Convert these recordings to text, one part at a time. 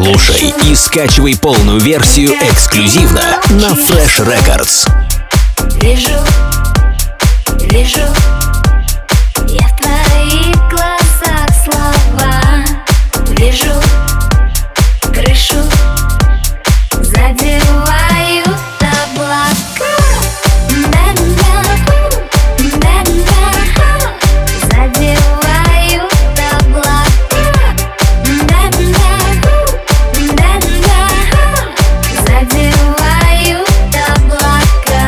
Слушай и скачивай полную версию эксклюзивно на Fresh Records. Вижу, я в твоих глазах слова. Вижу, крышу задевают облака. Задевают облака. Задевают облака.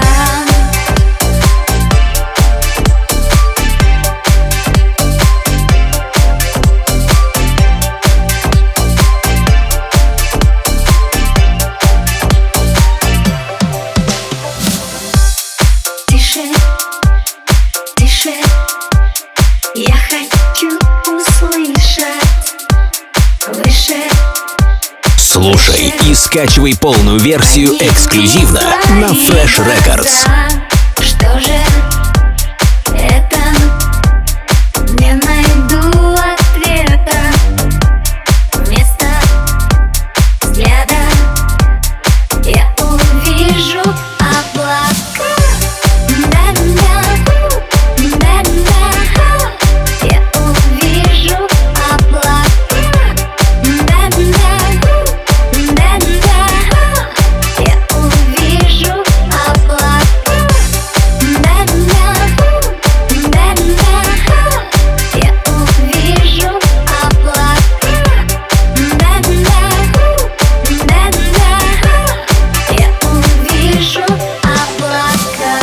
Тише, я хочу услышать выше. Слушай и скачивай полную версию эксклюзивно на Fresh Records. Что же это? Не найду ответа. Вместо взгляда я увижу облака. Я увижу облака. Я увижу облака. Я увижу облака. Я увижу облака.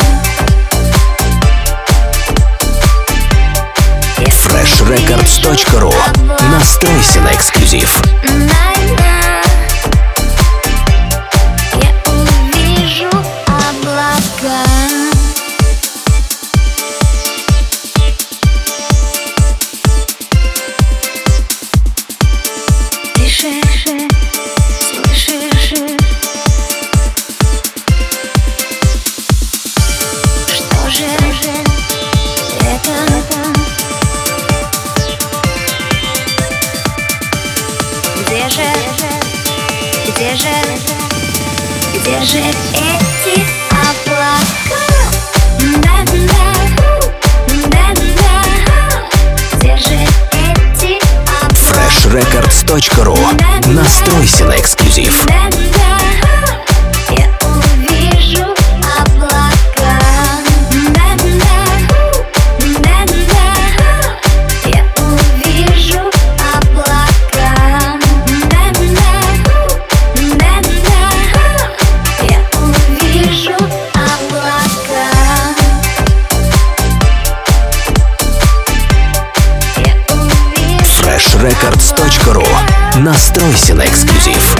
freshrecords.ru. Настройся на эксклюзив. Я увижу облака. Тише, слышишь? Что же это? Где же эти облака? Где же эти облака? freshrecords.ru. Настройся на эксклюзив. Я увижу облака. Я увижу облака. Я увижу облака. freshrecords.ru. Настройся на эксклюзив.